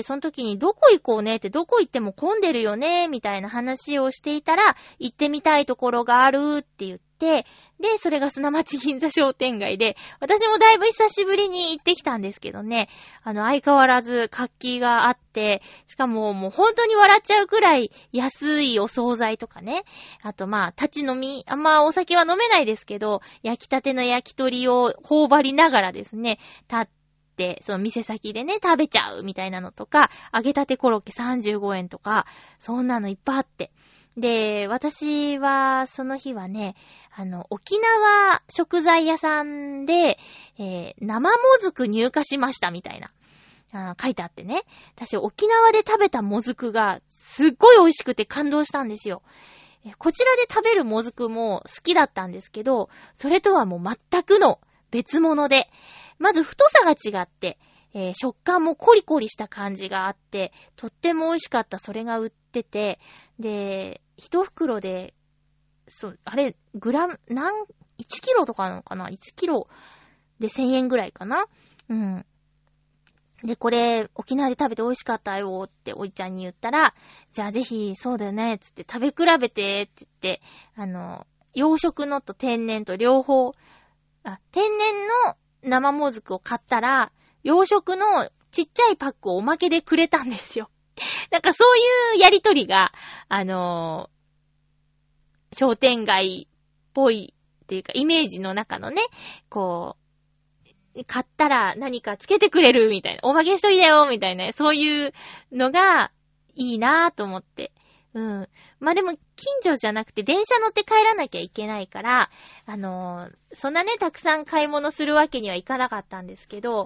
その時にどこ行こうねって、どこ行っても混んでるよね、みたいな話をしていたら、行ってみたいところがあるって言って、で、それが砂町銀座商店街で、私もだいぶ久しぶりに行ってきたんですけどね、相変わらず活気があって、しかももう本当に笑っちゃうくらい安いお惣菜とかね、あと立ち飲み、お酒は飲めないですけど、焼きたての焼き鳥を頬張りながらですね、立って、その店先でね、食べちゃうみたいなのとか、揚げたてコロッケ35円とか、そんなのいっぱいあって。で、私は、その日はね、沖縄食材屋さんで、生もずく入荷しましたみたいな、書いてあってね。私、沖縄で食べたもずくが、すっごい美味しくて感動したんですよ。こちらで食べるもずくも好きだったんですけど、それとはもう全くの別物で、まず太さが違って、食感もコリコリした感じがあって、とっても美味しかった。それが売ってて、で、一袋で、グラム、1キロとかなのかな ?1 キロで1000円ぐらいかな。で、これ、沖縄で食べて美味しかったよっておいちゃんに言ったら、じゃあぜひ、そうだよね、つって食べ比べて、って言って、養殖のと天然と両方、天然の生もずくを買ったら、養殖のちっちゃいパックをおまけでくれたんですよ。そういうやりとりが、商店街っぽいっていうか、イメージの中のね、買ったら何かつけてくれるみたいな、おまけしといたよみたいな、そういうのがいいなぁと思って。でも、近所じゃなくて電車乗って帰らなきゃいけないから、そんなね、たくさん買い物するわけにはいかなかったんですけど、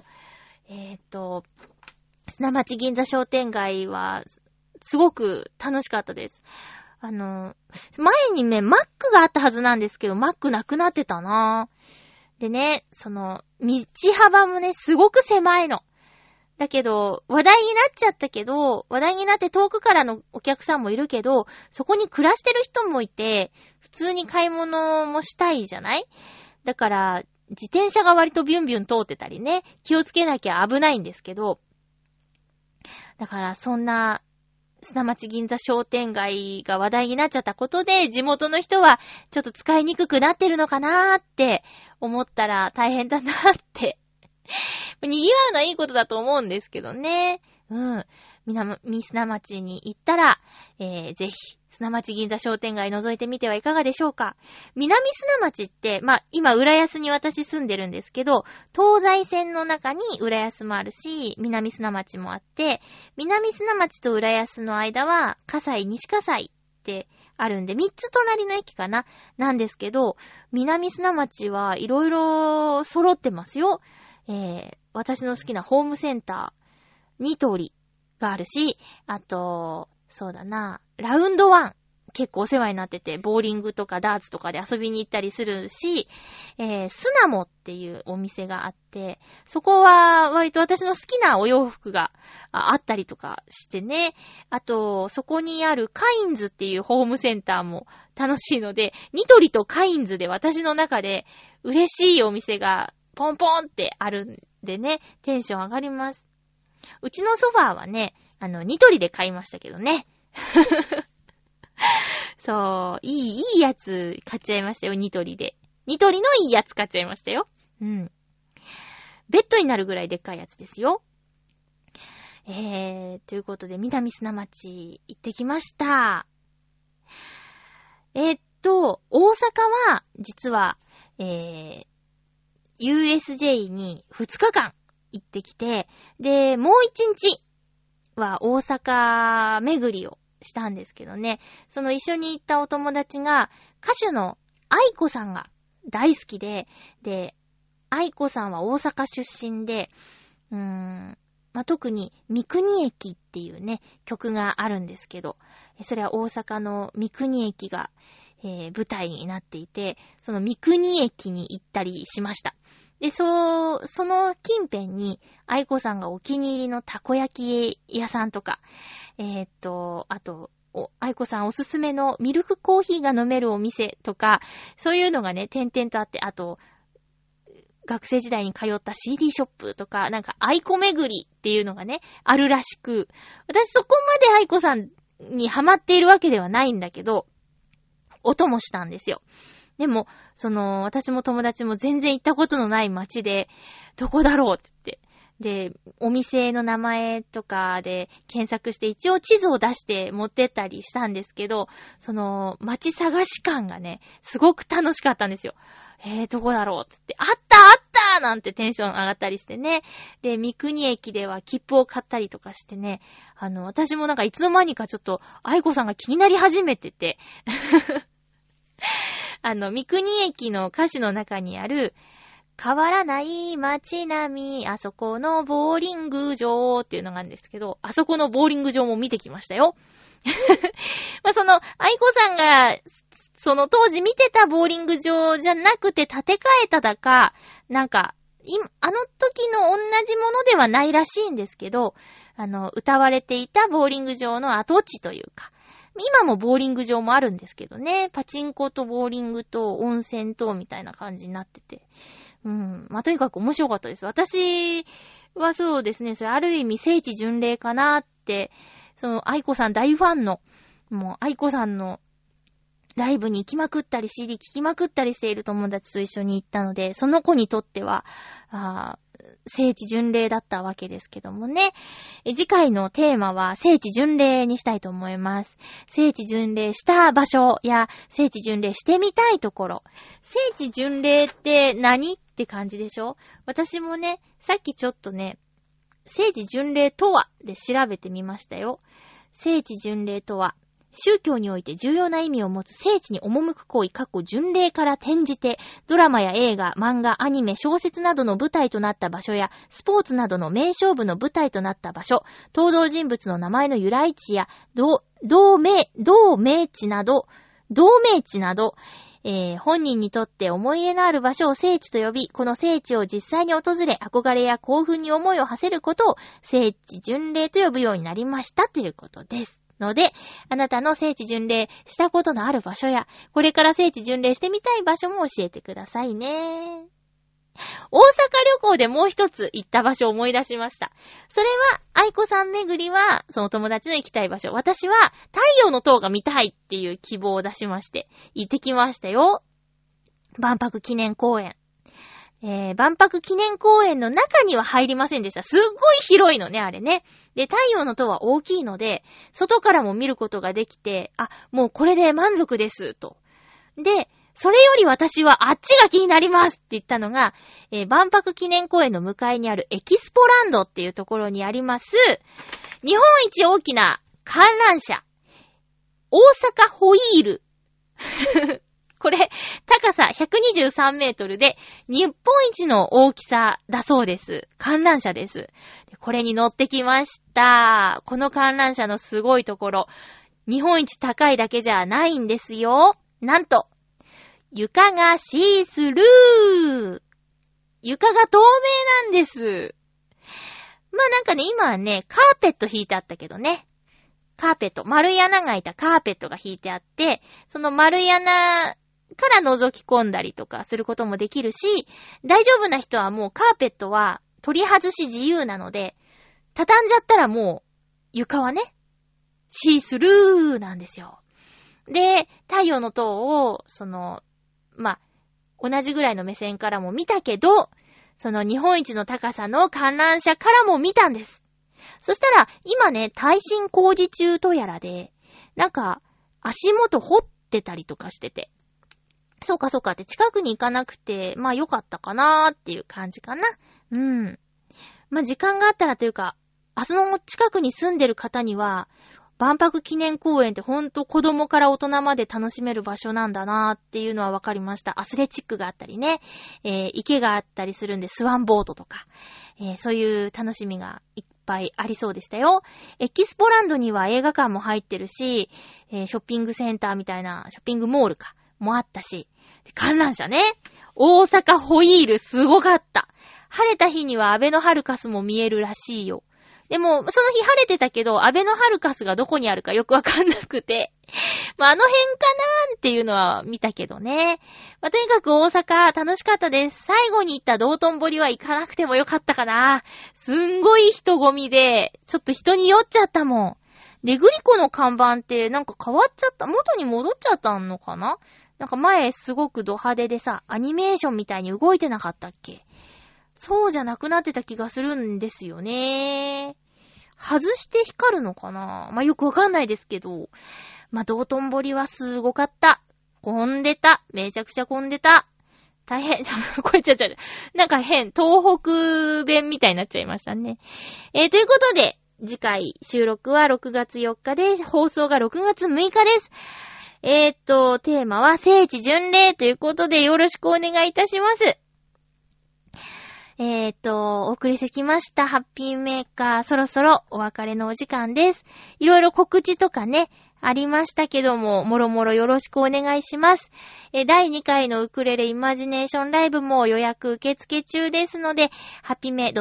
砂町銀座商店街は、すごく楽しかったです。前にね、マックがあったはずなんですけど、マックなくなってたな。でね、道幅もね、すごく狭いの。 だけど、話題になっちゃったけど、話題になって遠くからのお客さんもいるけど、そこに暮らしてる人もいて、普通に買い物もしたいじゃない？だから、自転車が割とビュンビュン通ってたりね、気をつけなきゃ危ないんですけど、だからそんな、砂町銀座商店街が話題になっちゃったことで、地元の人はちょっと使いにくくなってるのかなーって思ったら大変だなーって。賑わうのはいいことだと思うんですけどね。砂町に行ったら、ぜひ、砂町銀座商店街覗いてみてはいかがでしょうか。南砂町って、今、浦安に私住んでるんですけど、東西線の中に浦安もあるし、南砂町もあって、南砂町と浦安の間は、葛西、西葛西ってあるんで、3つ隣の駅かななんですけど、南砂町はいろいろ揃ってますよ。私の好きなホームセンター2通りがあるし、あと、そうだな、ラウンドワン結構お世話になってて、ボーリングとかダーツとかで遊びに行ったりするし、スナモっていうお店があって、そこは割と私の好きなお洋服があったりとかしてね。あと、そこにあるカインズっていうホームセンターも楽しいので、ニトリとカインズで私の中で嬉しいお店がポンポンってあるんでね、テンション上がります。うちのソファーはね、ニトリで買いましたけどね。そう、いいやつ買っちゃいましたよ、ニトリで。ニトリのいいやつ買っちゃいましたよ。うん。ベッドになるぐらいでっかいやつですよ。ということで、南砂町行ってきました。大阪は、実は、USJ に2日間行ってきて、で、もう1日は大阪巡りをしたんですけどね、その一緒に行ったお友達が歌手の愛子さんが大好きで、愛子さんは大阪出身で、特に三国駅っていうね、曲があるんですけど、それは大阪の三国駅が、舞台になっていて、その三国駅に行ったりしました。で、その近辺に愛子さんがお気に入りのたこ焼き屋さんとか、あと、愛子さんおすすめのミルクコーヒーが飲めるお店とか、そういうのがね、点々とあって、あと、学生時代に通った CD ショップとか、なんか愛子巡りっていうのがね、あるらしく、私そこまで愛子さんにハマっているわけではないんだけど、音もしたんですよ。でも、私も友達も全然行ったことのない街で、どこだろうって言って、で、お店の名前とかで検索して一応地図を出して持ってったりしたんですけど、街探し感がね、すごく楽しかったんですよ。どこだろうって言って、あったなんてテンション上がったりしてね。で、三国駅では切符を買ったりとかしてね、私もなんかいつの間にかちょっと愛子さんが気になり始めてて、三国駅の歌詞の中にある、変わらない街並み、あそこのボーリング場っていうのがあるんですけど、あそこのボーリング場も見てきましたよ。愛子さんが、当時見てたボーリング場じゃなくて建て替えただか、なんか、あの時の同じものではないらしいんですけど、歌われていたボーリング場の跡地というか、今もボーリング場もあるんですけどね、パチンコとボーリングと温泉とみたいな感じになってて、とにかく面白かったです。私はそうですね、それある意味聖地巡礼かなって、愛子さん大ファンの、もう愛子さんのライブに行きまくったり CD 聴きまくったりしている友達と一緒に行ったので、その子にとっては聖地巡礼だったわけですけどもね。次回のテーマは聖地巡礼にしたいと思います。聖地巡礼した場所や聖地巡礼してみたいところ。聖地巡礼って何って感じでしょ？私もね、さっきちょっとね、聖地巡礼とはで調べてみましたよ。聖地巡礼とは、宗教において重要な意味を持つ聖地に赴く行為、巡礼から転じて、ドラマや映画、漫画、アニメ、小説などの舞台となった場所や、スポーツなどの名勝負の舞台となった場所、登場人物の名前の由来地や、同名地など、 本人にとって思い入れのある場所を聖地と呼び、この聖地を実際に訪れ、憧れや興奮に思いを馳せることを聖地巡礼と呼ぶようになりましたということですので、あなたの聖地巡礼したことのある場所や、これから聖地巡礼してみたい場所も教えてくださいね。大阪旅行でもう一つ行った場所を思い出しました。それは、愛子さん巡りは、その友達の行きたい場所。私は、太陽の塔が見たいっていう希望を出しまして、行ってきましたよ。万博記念公園。万博記念公園の中には入りませんでした。すっごい広いのね、あれね。で、太陽の塔は大きいので、外からも見ることができて、もうこれで満足です、と。で、それより私はあっちが気になりますって言ったのが、万博記念公園の向かいにあるエキスポランドっていうところにあります、日本一大きな観覧車、大阪ホイール。これ、高さ123メートルで、日本一の大きさだそうです。観覧車です。これに乗ってきました。この観覧車のすごいところ、日本一高いだけじゃないんですよ。なんと、床がシースルー。床が透明なんです。なんかね、今はね、カーペット引いてあったけどね。カーペット、丸い穴が開いたカーペットが引いてあって、その丸い穴から覗き込んだりとかすることもできるし、大丈夫な人はもうカーペットは取り外し自由なので、畳んじゃったらもう床はね、シースルーなんですよ。で、太陽の塔を、同じぐらいの目線からも見たけど、その日本一の高さの観覧車からも見たんです。そしたら、今ね、耐震工事中とやらで、なんか、足元掘ってたりとかしてて、そうかって近くに行かなくて、良かったかなーっていう感じかな。時間があったらというか、その近くに住んでる方には、万博記念公園ってほんと子供から大人まで楽しめる場所なんだなーっていうのは分かりました。アスレチックがあったりね、池があったりするんでスワンボートとか、そういう楽しみがいっぱいありそうでしたよ。エキスポランドには映画館も入ってるし、ショッピングセンターみたいな、ショッピングモールもあったし、観覧車ね、大阪ホイールすごかった。晴れた日にはアベノハルカスも見えるらしいよ。でも、その日晴れてたけど、アベノハルカスがどこにあるかよくわかんなくて。あの辺かなーっていうのは見たけどね。とにかく大阪楽しかったです。最後に行った道頓堀は行かなくてもよかったかな。すんごい人混みで、ちょっと人に酔っちゃったもん。で、グリコの看板ってなんか変わっちゃった、元に戻っちゃったのかな。なんか前すごくド派手でさ、アニメーションみたいに動いてなかったっけ。そうじゃなくなってた気がするんですよね。外して光るのかな？よくわかんないですけど。道頓堀はすごかった。混んでた。めちゃくちゃ混んでた。大変。これなんか変。東北弁みたいになっちゃいましたね。ということで、次回収録は6月4日で、放送が6月6日です。テーマは聖地巡礼ということでよろしくお願いいたします。お送りしてきましたハッピーメーカー、そろそろお別れのお時間です。いろいろ告知とかね、ありましたけども、もろもろよろしくお願いします。第2回のウクレレイマジネーションライブも予約受付中ですので、ハピメ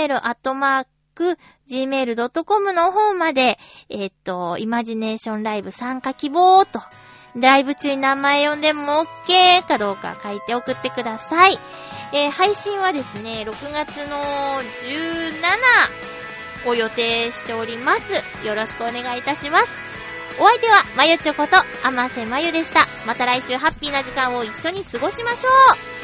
.mail@gmail.com の方まで、イマジネーションライブ参加希望と、ライブ中に名前呼んでも OK かどうか書いて送ってください。配信はですね、6月の17を予定しております。よろしくお願いいたします。お相手はまゆちょこと甘瀬まゆでした。また来週ハッピーな時間を一緒に過ごしましょう。